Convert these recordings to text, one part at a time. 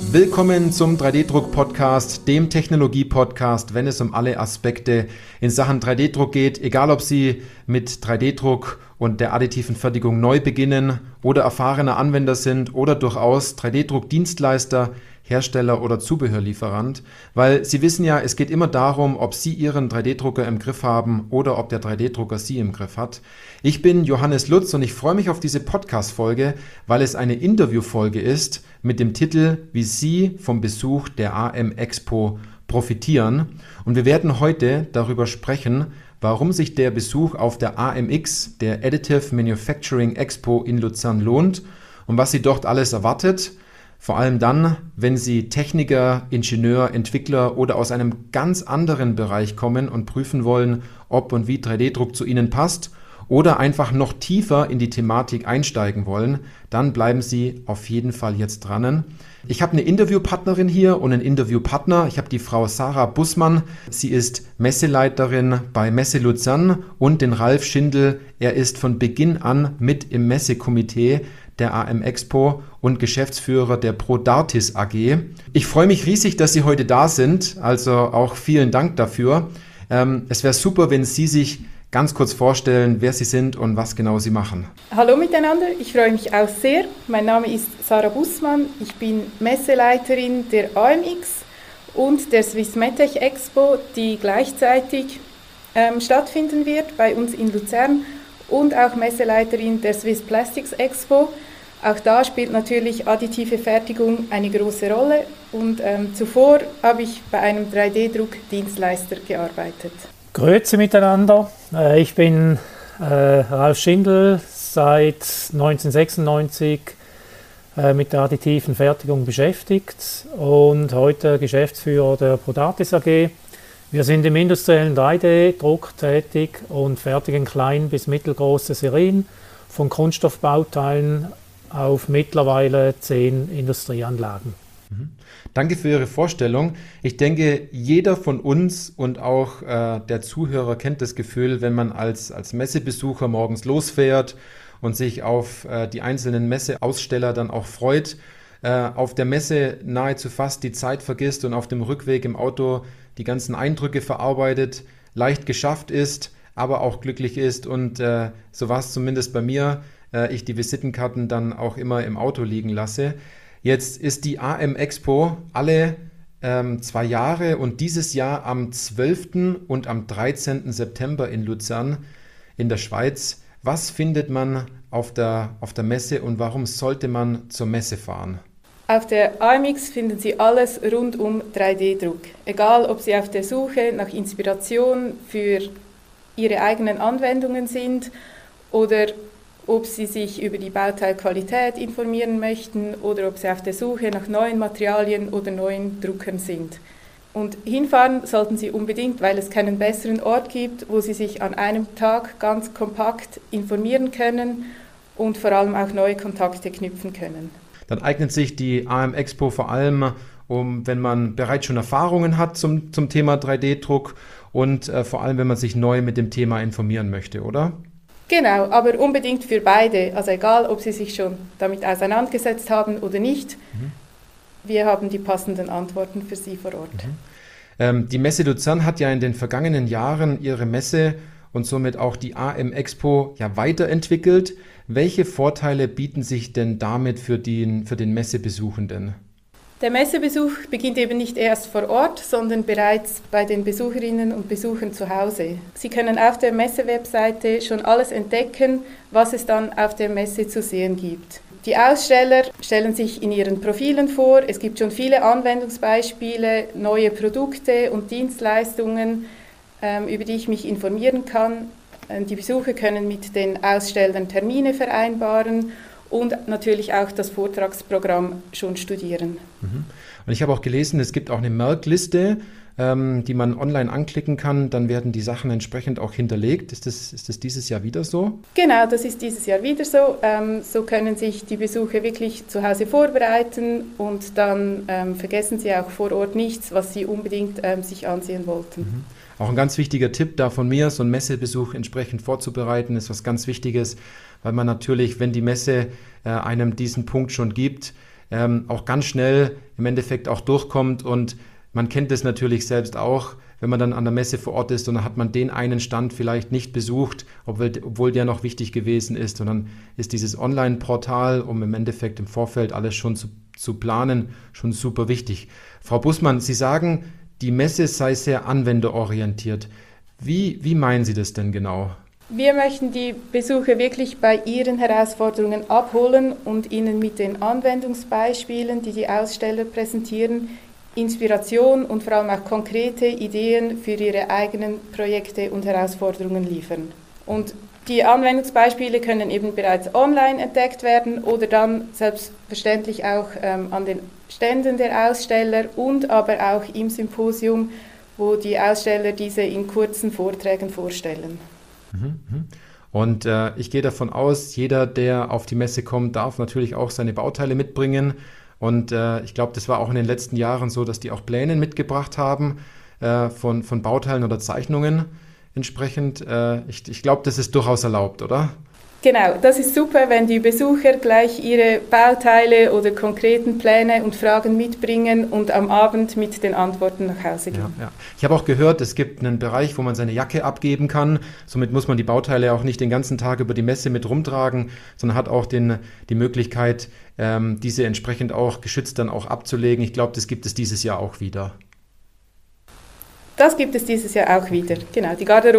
Willkommen zum 3D-Druck-Podcast, dem Technologie-Podcast, wenn es um alle Aspekte in Sachen 3D-Druck geht, egal ob Sie mit 3D-Druck und der additiven Fertigung neu beginnen oder erfahrener Anwender sind oder durchaus 3D-Druck-Dienstleister, Hersteller oder Zubehörlieferant, weil Sie wissen ja, es geht immer darum, ob Sie Ihren 3D-Drucker im Griff haben oder ob der 3D-Drucker Sie im Griff hat. Ich bin Johannes Lutz und ich freue mich auf diese Podcast-Folge, weil es eine Interviewfolge ist mit dem Titel Wie Sie vom Besuch der AM Expo profitieren. Und wir werden heute darüber sprechen, warum sich der Besuch auf der AMX, der Additive Manufacturing Expo in Luzern, lohnt und was Sie dort alles erwartet. Vor allem dann, wenn Sie Techniker, Ingenieur, Entwickler oder aus einem ganz anderen Bereich kommen und prüfen wollen, ob und wie 3D-Druck zu Ihnen passt oder einfach noch tiefer in die Thematik einsteigen wollen, dann bleiben Sie auf jeden Fall jetzt dran. Ich habe eine Interviewpartnerin hier und einen Interviewpartner. Ich habe die Frau Sarah Bussmann. Sie ist Messeleiterin bei Messe Luzern und den Ralf Schindel. Er ist von Beginn an mit im Messekomitee der AM Expo und Geschäftsführer der ProDartis AG. Ich freue mich riesig, dass Sie heute da sind, also auch vielen Dank dafür. Es wäre super, wenn Sie sich ganz kurz vorstellen, wer Sie sind und was genau Sie machen. Hallo miteinander, ich freue mich auch sehr. Mein Name ist Sarah Bussmann, ich bin Messeleiterin der AMX und der Swiss MedTech Expo, die gleichzeitig stattfinden wird bei uns in Luzern, und auch Messeleiterin der Swiss Plastics Expo. Auch da spielt natürlich additive Fertigung eine große Rolle und zuvor habe ich bei einem 3D-Druck-Dienstleister gearbeitet. Grüezi miteinander, ich bin Ralf Schindel, seit 1996 mit der additiven Fertigung beschäftigt und heute Geschäftsführer der ProDartis AG. Wir sind im industriellen 3D-Druck tätig und fertigen klein- bis mittelgroße Serien von Kunststoffbauteilen auf mittlerweile 10 Industrieanlagen. Danke für Ihre Vorstellung. Ich denke, jeder von uns und auch der Zuhörer kennt das Gefühl, wenn man als Messebesucher morgens losfährt und sich auf die einzelnen Messeaussteller dann auch freut, auf der Messe nahezu fast die Zeit vergisst und auf dem Rückweg im Auto die ganzen Eindrücke verarbeitet, leicht geschafft ist, aber auch glücklich ist und so war es zumindest bei mir, ich die Visitenkarten dann auch immer im Auto liegen lasse. Jetzt ist die AM Expo alle 2 Jahre und dieses Jahr am 12. und am 13. September in Luzern in der Schweiz. Was findet man auf der Messe und warum sollte man zur Messe fahren? Auf der AMX finden Sie alles rund um 3D-Druck. Egal, ob Sie auf der Suche nach Inspiration für Ihre eigenen Anwendungen sind oder ob Sie sich über die Bauteilqualität informieren möchten oder ob Sie auf der Suche nach neuen Materialien oder neuen Druckern sind. Und hinfahren sollten Sie unbedingt, weil es keinen besseren Ort gibt, wo Sie sich an einem Tag ganz kompakt informieren können und vor allem auch neue Kontakte knüpfen können. Dann eignet sich die AM Expo vor allem, wenn man bereits schon Erfahrungen hat zum Thema 3D-Druck und vor allem, wenn man sich neu mit dem Thema informieren möchte, oder? Genau, aber unbedingt für beide. Also egal, ob Sie sich schon damit auseinandergesetzt haben oder nicht, wir haben die passenden Antworten für Sie vor Ort. Die Messe Luzern hat ja in den vergangenen Jahren ihre Messe und somit auch die AM Expo ja weiterentwickelt. Welche Vorteile bieten sich denn damit für den Messebesuchenden? Der Messebesuch beginnt eben nicht erst vor Ort, sondern bereits bei den Besucherinnen und Besuchern zu Hause. Sie können auf der Messe-Webseite schon alles entdecken, was es dann auf der Messe zu sehen gibt. Die Aussteller stellen sich in ihren Profilen vor. Es gibt schon viele Anwendungsbeispiele, neue Produkte und Dienstleistungen, über die ich mich informieren kann. Die Besucher können mit den Ausstellern Termine vereinbaren und natürlich auch das Vortragsprogramm schon studieren. Und ich habe auch gelesen, es gibt auch eine Merkliste, die man online anklicken kann. Dann werden die Sachen entsprechend auch hinterlegt. Ist das dieses Jahr wieder so? Genau, das ist dieses Jahr wieder so. So können sich die Besucher wirklich zu Hause vorbereiten und dann vergessen sie auch vor Ort nichts, was sie unbedingt sich ansehen wollten. Auch ein ganz wichtiger Tipp da von mir, so einen Messebesuch entsprechend vorzubereiten, ist was ganz Wichtiges, weil man natürlich, wenn die Messe einem diesen Punkt schon gibt, auch ganz schnell im Endeffekt auch durchkommt. Und man kennt es natürlich selbst auch, wenn man dann an der Messe vor Ort ist und dann hat man den einen Stand vielleicht nicht besucht, obwohl der noch wichtig gewesen ist. Und dann ist dieses Online-Portal, um im Endeffekt im Vorfeld alles schon zu planen, schon super wichtig. Frau Bussmann, Sie sagen, die Messe sei sehr anwenderorientiert. Wie meinen Sie das denn genau? Wir möchten die Besucher wirklich bei ihren Herausforderungen abholen und ihnen mit den Anwendungsbeispielen, die die Aussteller präsentieren, Inspiration und vor allem auch konkrete Ideen für ihre eigenen Projekte und Herausforderungen liefern. Und die Anwendungsbeispiele können eben bereits online entdeckt werden oder dann selbstverständlich auch an den Ständen der Aussteller und aber auch im Symposium, wo die Aussteller diese in kurzen Vorträgen vorstellen. Und ich gehe davon aus, jeder, der auf die Messe kommt, darf natürlich auch seine Bauteile mitbringen. Und ich glaube, das war auch in den letzten Jahren so, dass die auch Pläne mitgebracht haben von Bauteilen oder Zeichnungen entsprechend. Ich glaube, das ist durchaus erlaubt, oder? Genau, das ist super, wenn die Besucher gleich ihre Bauteile oder konkreten Pläne und Fragen mitbringen und am Abend mit den Antworten nach Hause gehen. Ja. Ich habe auch gehört, es gibt einen Bereich, wo man seine Jacke abgeben kann. Somit muss man die Bauteile auch nicht den ganzen Tag über die Messe mit rumtragen, sondern hat auch die Möglichkeit, diese entsprechend auch geschützt dann auch abzulegen. Ich glaube, das gibt es dieses Jahr auch wieder. Das gibt es dieses Jahr auch wieder. Genau,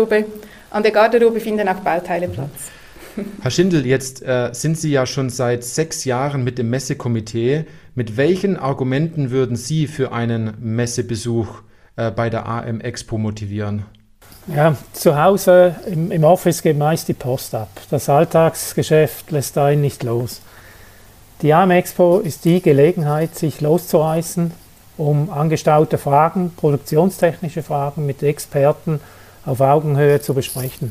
an der Garderobe finden auch Bauteile Platz. Herr Schindel, jetzt sind Sie ja schon seit 6 Jahren mit dem Messekomitee. Mit welchen Argumenten würden Sie für einen Messebesuch bei der AM Expo motivieren? Ja, zu Hause im Office geht meist die Post ab. Das Alltagsgeschäft lässt einen nicht los. Die AM Expo ist die Gelegenheit, sich loszureißen, um angestaute Fragen, produktionstechnische Fragen mit Experten auf Augenhöhe zu besprechen.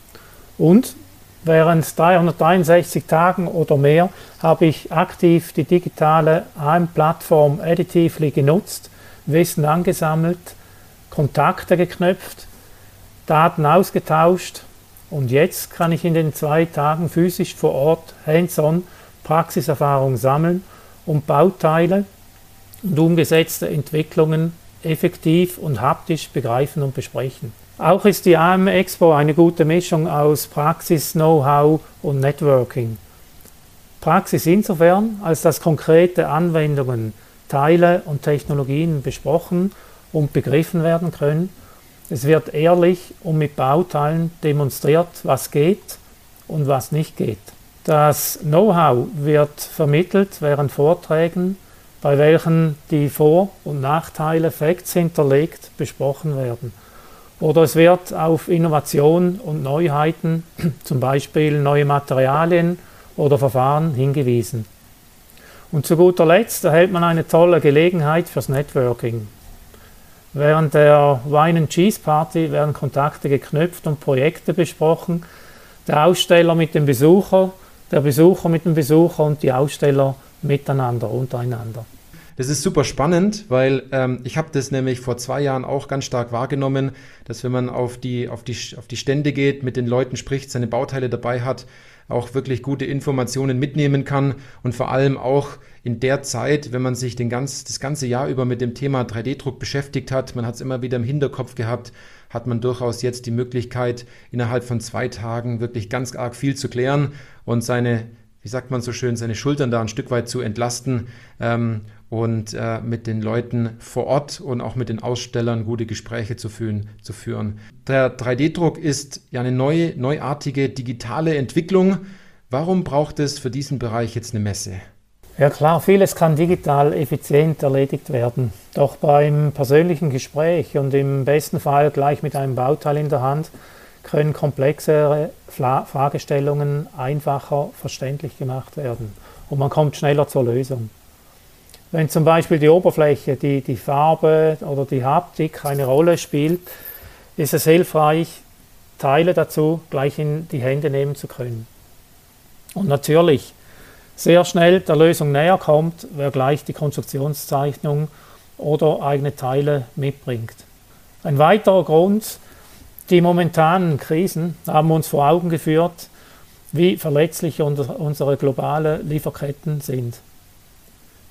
Und während 363 Tagen oder mehr habe ich aktiv die digitale AM-Plattform Additively genutzt, Wissen angesammelt, Kontakte geknüpft, Daten ausgetauscht und jetzt kann ich in den 2 Tagen physisch vor Ort hands-on Praxiserfahrung sammeln und Bauteile und umgesetzte Entwicklungen effektiv und haptisch begreifen und besprechen. Auch ist die AM Expo eine gute Mischung aus Praxis, Know-how und Networking. Praxis insofern, als dass konkrete Anwendungen, Teile und Technologien besprochen und begriffen werden können. Es wird ehrlich und mit Bauteilen demonstriert, was geht und was nicht geht. Das Know-how wird vermittelt während Vorträgen, bei welchen die Vor- und Nachteile Facts hinterlegt besprochen werden. Oder es wird auf Innovation und Neuheiten, zum Beispiel neue Materialien oder Verfahren, hingewiesen. Und zu guter Letzt erhält man eine tolle Gelegenheit fürs Networking. Während der Wine and Cheese Party werden Kontakte geknüpft und Projekte besprochen, der Aussteller mit dem Besucher, der Besucher mit dem Besucher und die Aussteller miteinander, untereinander. Das ist super spannend, weil ich habe das nämlich vor 2 Jahren auch ganz stark wahrgenommen, dass wenn man auf die Stände geht, mit den Leuten spricht, seine Bauteile dabei hat, auch wirklich gute Informationen mitnehmen kann und vor allem auch in der Zeit, wenn man sich das ganze Jahr über mit dem Thema 3D-Druck beschäftigt hat, man hat es immer wieder im Hinterkopf gehabt, hat man durchaus jetzt die Möglichkeit, innerhalb von 2 Tagen wirklich ganz arg viel zu klären und seine, wie sagt man so schön, seine Schultern da ein Stück weit zu entlasten und mit den Leuten vor Ort und auch mit den Ausstellern gute Gespräche zu führen. Der 3D-Druck ist ja eine neuartige digitale Entwicklung. Warum braucht es für diesen Bereich jetzt eine Messe? Ja klar, vieles kann digital effizient erledigt werden. Doch beim persönlichen Gespräch und im besten Fall gleich mit einem Bauteil in der Hand können komplexere Fragestellungen einfacher verständlich gemacht werden und man kommt schneller zur Lösung. Wenn zum Beispiel die Oberfläche, die Farbe oder die Haptik eine Rolle spielt, ist es hilfreich, Teile dazu gleich in die Hände nehmen zu können. Und natürlich sehr schnell der Lösung näher kommt, wer gleich die Konstruktionszeichnung oder eigene Teile mitbringt. Ein weiterer Grund: die momentanen Krisen haben uns vor Augen geführt, wie verletzlich unsere globalen Lieferketten sind.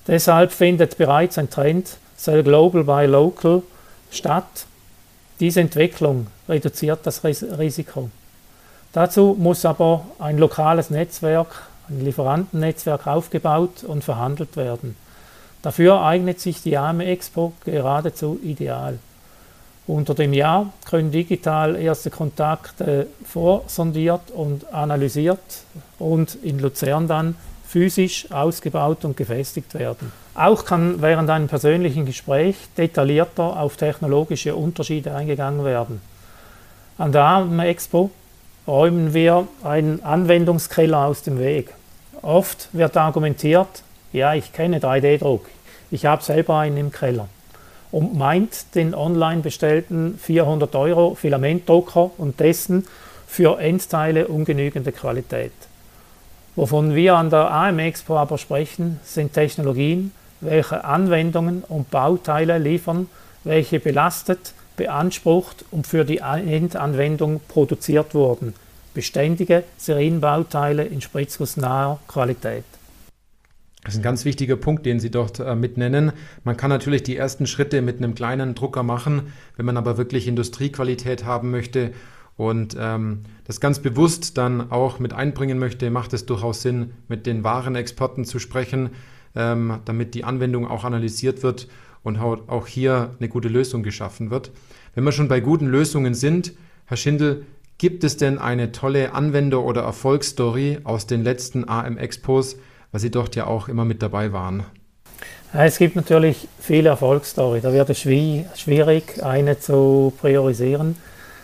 Deshalb findet bereits ein Trend Sell Global Buy Local statt. Diese Entwicklung reduziert das Risiko. Dazu muss aber ein lokales Netzwerk, ein Lieferantennetzwerk aufgebaut und verhandelt werden. Dafür eignet sich die AME Expo geradezu ideal. Unter dem Jahr können digital erste Kontakte vorsondiert und analysiert und in Luzern dann physisch ausgebaut und gefestigt werden. Auch kann während einem persönlichen Gespräch detaillierter auf technologische Unterschiede eingegangen werden. An der AME Expo räumen wir einen Anwendungskeller aus dem Weg. Oft wird argumentiert, ja, ich kenne 3D-Druck, ich habe selber einen im Keller und meint den online bestellten 400 € Filamentdrucker und dessen für Endteile ungenügende Qualität. Wovon wir an der AME Expo aber sprechen, sind Technologien, welche Anwendungen und Bauteile liefern, welche belastet, beansprucht und für die Endanwendung produziert wurden. Beständige Serienbauteile in spritzgussnaher Qualität. Das ist ein ganz wichtiger Punkt, den Sie dort mit nennen. Man kann natürlich die ersten Schritte mit einem kleinen Drucker machen, wenn man aber wirklich Industriequalität haben möchte und das ganz bewusst dann auch mit einbringen möchte, macht es durchaus Sinn, mit den Warenexperten zu sprechen, damit die Anwendung auch analysiert wird und auch hier eine gute Lösung geschaffen wird. Wenn wir schon bei guten Lösungen sind, Herr Schindel, gibt es denn eine tolle Anwender- oder Erfolgsstory aus den letzten AM-Expos, weil Sie dort ja auch immer mit dabei waren? Es gibt natürlich viele Erfolgsstories. Da wird es schwierig, eine zu priorisieren.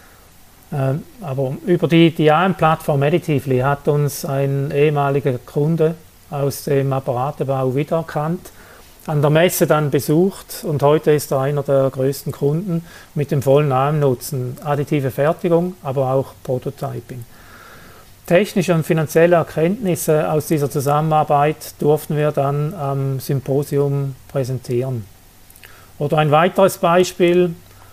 Aber über die AM-Plattform Additively hat uns ein ehemaliger Kunde aus dem Apparatebau wiedererkannt, an der Messe dann besucht und heute ist er einer der größten Kunden mit dem vollen AM-Nutzen. Additive Fertigung, aber auch Prototyping. Technische und finanzielle Erkenntnisse aus dieser Zusammenarbeit durften wir dann am Symposium präsentieren. Oder ein weiteres Beispiel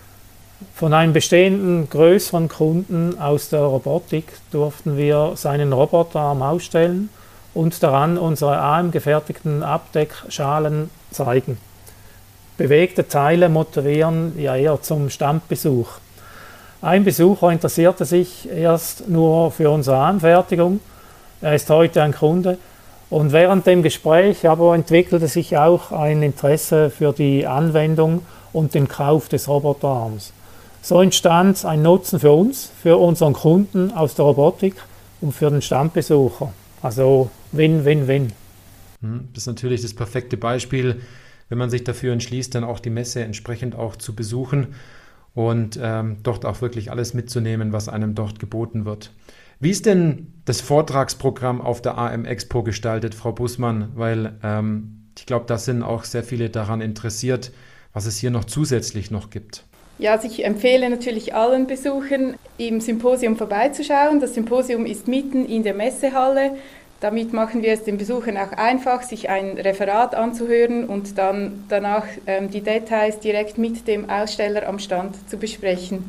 von einem bestehenden größeren Kunden aus der Robotik durften wir seinen Roboterarm ausstellen und daran unsere AM-gefertigten Abdeckschalen zeigen. Bewegte Teile motivieren ja eher zum Standbesuch. Ein Besucher interessierte sich erst nur für unsere Anfertigung. Er ist heute ein Kunde. Und während dem Gespräch aber entwickelte sich auch ein Interesse für die Anwendung und den Kauf des Roboterarms. So entstand ein Nutzen für uns, für unseren Kunden aus der Robotik und für den Standbesucher. Also Win-Win-Win. Das ist natürlich das perfekte Beispiel, wenn man sich dafür entschließt, dann auch die Messe entsprechend auch zu besuchen und dort auch wirklich alles mitzunehmen, was einem dort geboten wird. Wie ist denn das Vortragsprogramm auf der AM Expo gestaltet, Frau Bussmann? Weil ich glaube, da sind auch sehr viele daran interessiert, was es hier noch zusätzlich noch gibt. Ja, also ich empfehle natürlich allen Besuchern, im Symposium vorbeizuschauen. Das Symposium ist mitten in der Messehalle. Damit machen wir es den Besuchern auch einfach, sich ein Referat anzuhören und dann danach die Details direkt mit dem Aussteller am Stand zu besprechen.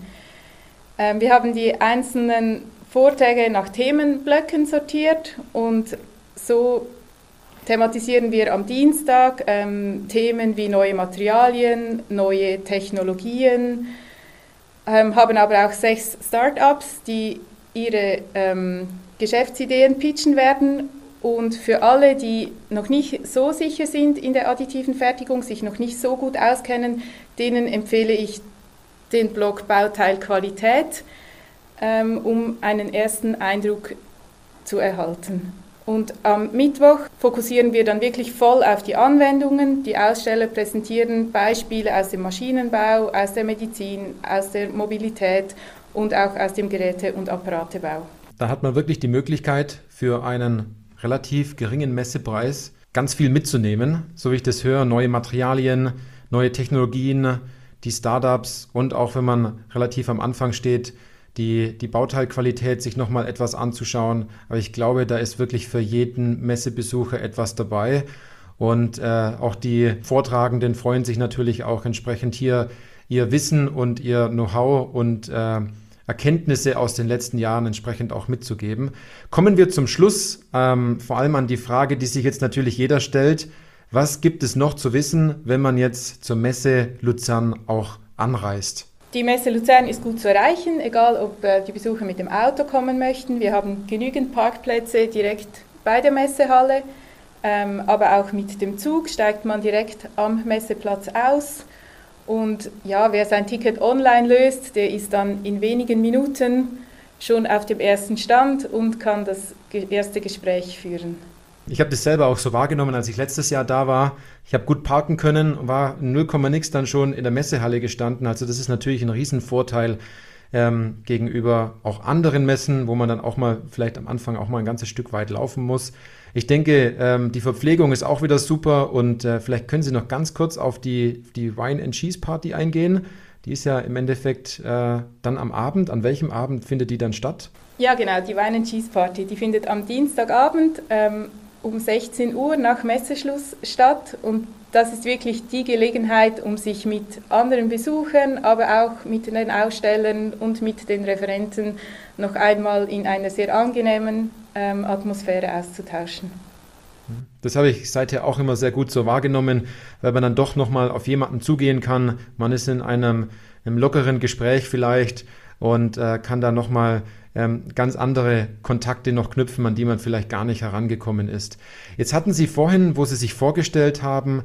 Wir haben die einzelnen Vorträge nach Themenblöcken sortiert und so thematisieren wir am Dienstag Themen wie neue Materialien, neue Technologien, haben aber auch 6 Start-ups, die ihre Geschäftsideen pitchen werden. Und für alle, die noch nicht so sicher sind in der additiven Fertigung, sich noch nicht so gut auskennen, denen empfehle ich den Blog Bauteil Qualität, um einen ersten Eindruck zu erhalten. Und am Mittwoch fokussieren wir dann wirklich voll auf die Anwendungen. Die Aussteller präsentieren Beispiele aus dem Maschinenbau, aus der Medizin, aus der Mobilität und auch aus dem Geräte- und Apparatebau. Da hat man wirklich die Möglichkeit, für einen relativ geringen Messepreis ganz viel mitzunehmen. So wie ich das höre, neue Materialien, neue Technologien, die Startups und auch wenn man relativ am Anfang steht, die Bauteilqualität sich nochmal etwas anzuschauen. Aber ich glaube, da ist wirklich für jeden Messebesucher etwas dabei. Und auch die Vortragenden freuen sich natürlich auch entsprechend hier ihr Wissen und ihr Know-how und Erkenntnisse aus den letzten Jahren entsprechend auch mitzugeben. Kommen wir zum Schluss, vor allem an die Frage, die sich jetzt natürlich jeder stellt. Was gibt es noch zu wissen, wenn man jetzt zur Messe Luzern auch anreist? Die Messe Luzern ist gut zu erreichen, egal ob die Besucher mit dem Auto kommen möchten. Wir haben genügend Parkplätze direkt bei der Messehalle, aber auch mit dem Zug steigt man direkt am Messeplatz aus. Und ja, wer sein Ticket online löst, der ist dann in wenigen Minuten schon auf dem ersten Stand und kann das erste Gespräch führen. Ich habe das selber auch so wahrgenommen, als ich letztes Jahr da war. Ich habe gut parken können, war 0, nix dann schon in der Messehalle gestanden. Also das ist natürlich ein Riesenvorteil gegenüber auch anderen Messen, wo man dann auch mal vielleicht am Anfang auch mal ein ganzes Stück weit laufen muss. Ich denke, die Verpflegung ist auch wieder super und vielleicht können Sie noch ganz kurz auf die Wine and Cheese Party eingehen. Die ist ja im Endeffekt dann am Abend. An welchem Abend findet die dann statt? Ja, genau, die Wine and Cheese Party. Die findet am Dienstagabend um 16 Uhr nach Messeschluss statt. Und das ist wirklich die Gelegenheit, um sich mit anderen Besuchern, aber auch mit den Ausstellern und mit den Referenten noch einmal in einer sehr angenehmen Atmosphäre auszutauschen. Das habe ich seither auch immer sehr gut so wahrgenommen, weil man dann doch nochmal auf jemanden zugehen kann. Man ist in einem lockeren Gespräch vielleicht und kann da nochmal ganz andere Kontakte noch knüpfen, an die man vielleicht gar nicht herangekommen ist. Jetzt hatten Sie vorhin, wo Sie sich vorgestellt haben,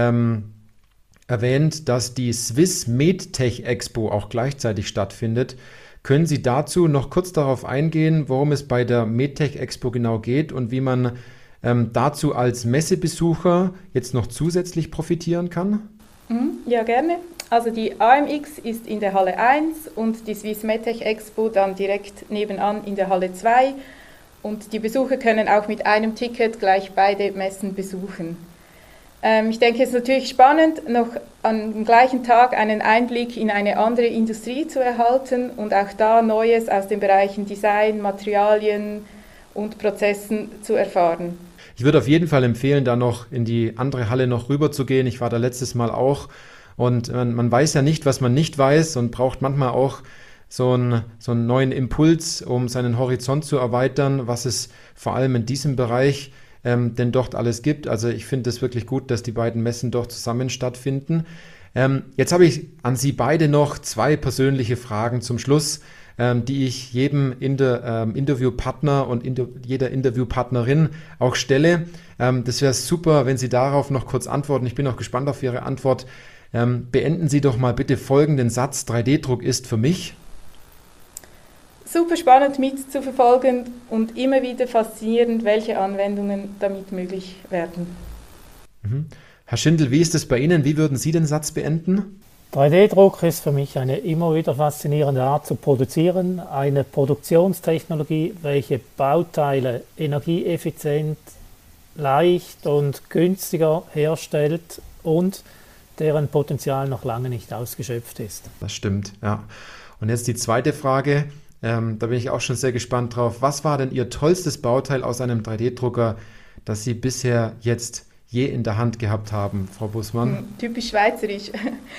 erwähnt, dass die Swiss MedTech Expo auch gleichzeitig stattfindet. Können Sie dazu noch kurz darauf eingehen, worum es bei der MedTech Expo genau geht und wie man dazu als Messebesucher jetzt noch zusätzlich profitieren kann? Ja, gerne. Also die AMX ist in der Halle 1 und die Swiss MedTech Expo dann direkt nebenan in der Halle 2. Und die Besucher können auch mit einem Ticket gleich beide Messen besuchen. Ich denke, es ist natürlich spannend, noch am gleichen Tag einen Einblick in eine andere Industrie zu erhalten und auch da Neues aus den Bereichen Design, Materialien und Prozessen zu erfahren. Ich würde auf jeden Fall empfehlen, da noch in die andere Halle noch rüber zu gehen. Ich war da letztes Mal auch und man weiß ja nicht, was man nicht weiß und braucht manchmal auch so einen neuen Impuls, um seinen Horizont zu erweitern, was es vor allem in diesem Bereich denn dort alles gibt. Also ich finde es wirklich gut, dass die beiden Messen dort zusammen stattfinden. Jetzt habe ich an Sie beide noch 2 persönliche Fragen zum Schluss, die ich jedem Interviewpartner und jeder Interviewpartnerin auch stelle. Das wäre super, wenn Sie darauf noch kurz antworten. Ich bin auch gespannt auf Ihre Antwort. Beenden Sie doch mal bitte folgenden Satz: 3D-Druck ist für mich. Super spannend mitzuverfolgen und immer wieder faszinierend, welche Anwendungen damit möglich werden. Herr Schindel, wie ist es bei Ihnen? Wie würden Sie den Satz beenden? 3D-Druck ist für mich eine immer wieder faszinierende Art zu produzieren, eine Produktionstechnologie, welche Bauteile energieeffizient, leicht und günstiger herstellt und deren Potenzial noch lange nicht ausgeschöpft ist. Das stimmt, ja. Und jetzt die zweite Frage. Da bin ich auch schon sehr gespannt drauf. Was war denn Ihr tollstes Bauteil aus einem 3D-Drucker, das Sie bisher jetzt je in der Hand gehabt haben, Frau Bussmann? Typisch schweizerisch.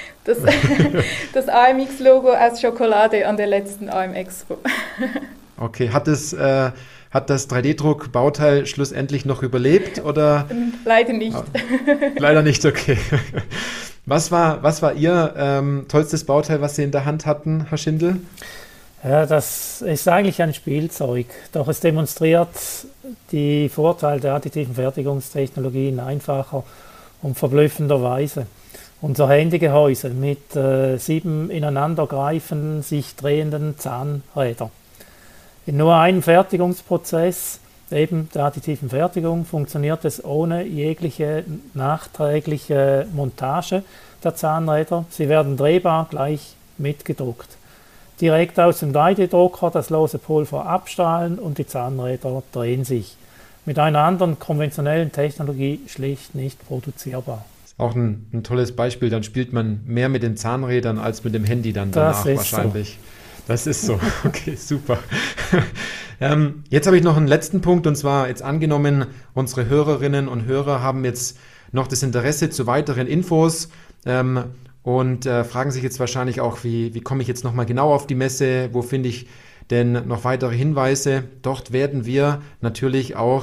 Das AMX-Logo aus Schokolade an der letzten AM-Expo. Okay, hat das 3D-Druck-Bauteil schlussendlich noch überlebt? Oder? Leider nicht. Leider nicht, okay. Was war Ihr tollstes Bauteil, was Sie in der Hand hatten, Herr Schindel? Ja, das ist eigentlich ein Spielzeug, doch es demonstriert die Vorteile der additiven Fertigungstechnologie in einfacher und verblüffender Weise. Unser Handygehäuse mit 7 ineinandergreifenden, sich drehenden Zahnrädern. In nur einem Fertigungsprozess, eben der additiven Fertigung, funktioniert es ohne jegliche nachträgliche Montage der Zahnräder. Sie werden drehbar gleich mitgedruckt. Direkt aus dem 3D-Drucker das lose Pulver abstrahlen und die Zahnräder drehen sich. Mit einer anderen konventionellen Technologie schlicht nicht produzierbar. Auch ein tolles Beispiel, dann spielt man mehr mit den Zahnrädern als mit dem Handy dann danach wahrscheinlich. So. Das ist so, okay, super. Jetzt habe ich noch einen letzten Punkt und zwar jetzt angenommen, unsere Hörerinnen und Hörer haben jetzt noch das Interesse zu weiteren Infos und fragen sich jetzt wahrscheinlich auch, wie komme ich jetzt nochmal genau auf die Messe, wo finde ich denn noch weitere Hinweise? Dort werden wir natürlich auch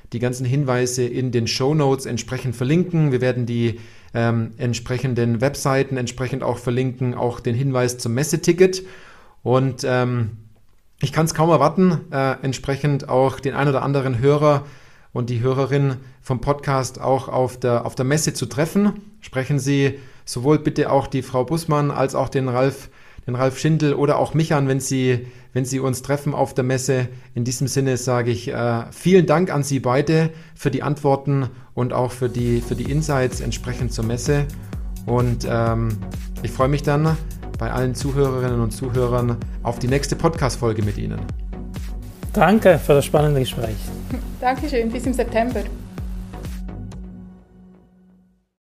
die ganzen Hinweise in den Shownotes entsprechend verlinken. Wir werden die entsprechenden Webseiten entsprechend auch verlinken, auch den Hinweis zum Messeticket. Und ich kann es kaum erwarten, entsprechend auch den ein oder anderen Hörer und die Hörerin vom Podcast auch auf der Messe zu treffen. Sprechen Sie sowohl bitte auch die Frau Bussmann als auch den Ralf Schindel oder auch mich an, wenn Sie uns treffen auf der Messe. In diesem Sinne sage ich vielen Dank an Sie beide für die Antworten und auch für die Insights entsprechend zur Messe. Und ich freue mich dann bei allen Zuhörerinnen und Zuhörern auf die nächste Podcast-Folge mit Ihnen. Danke für das spannende Gespräch. Dankeschön, bis im September.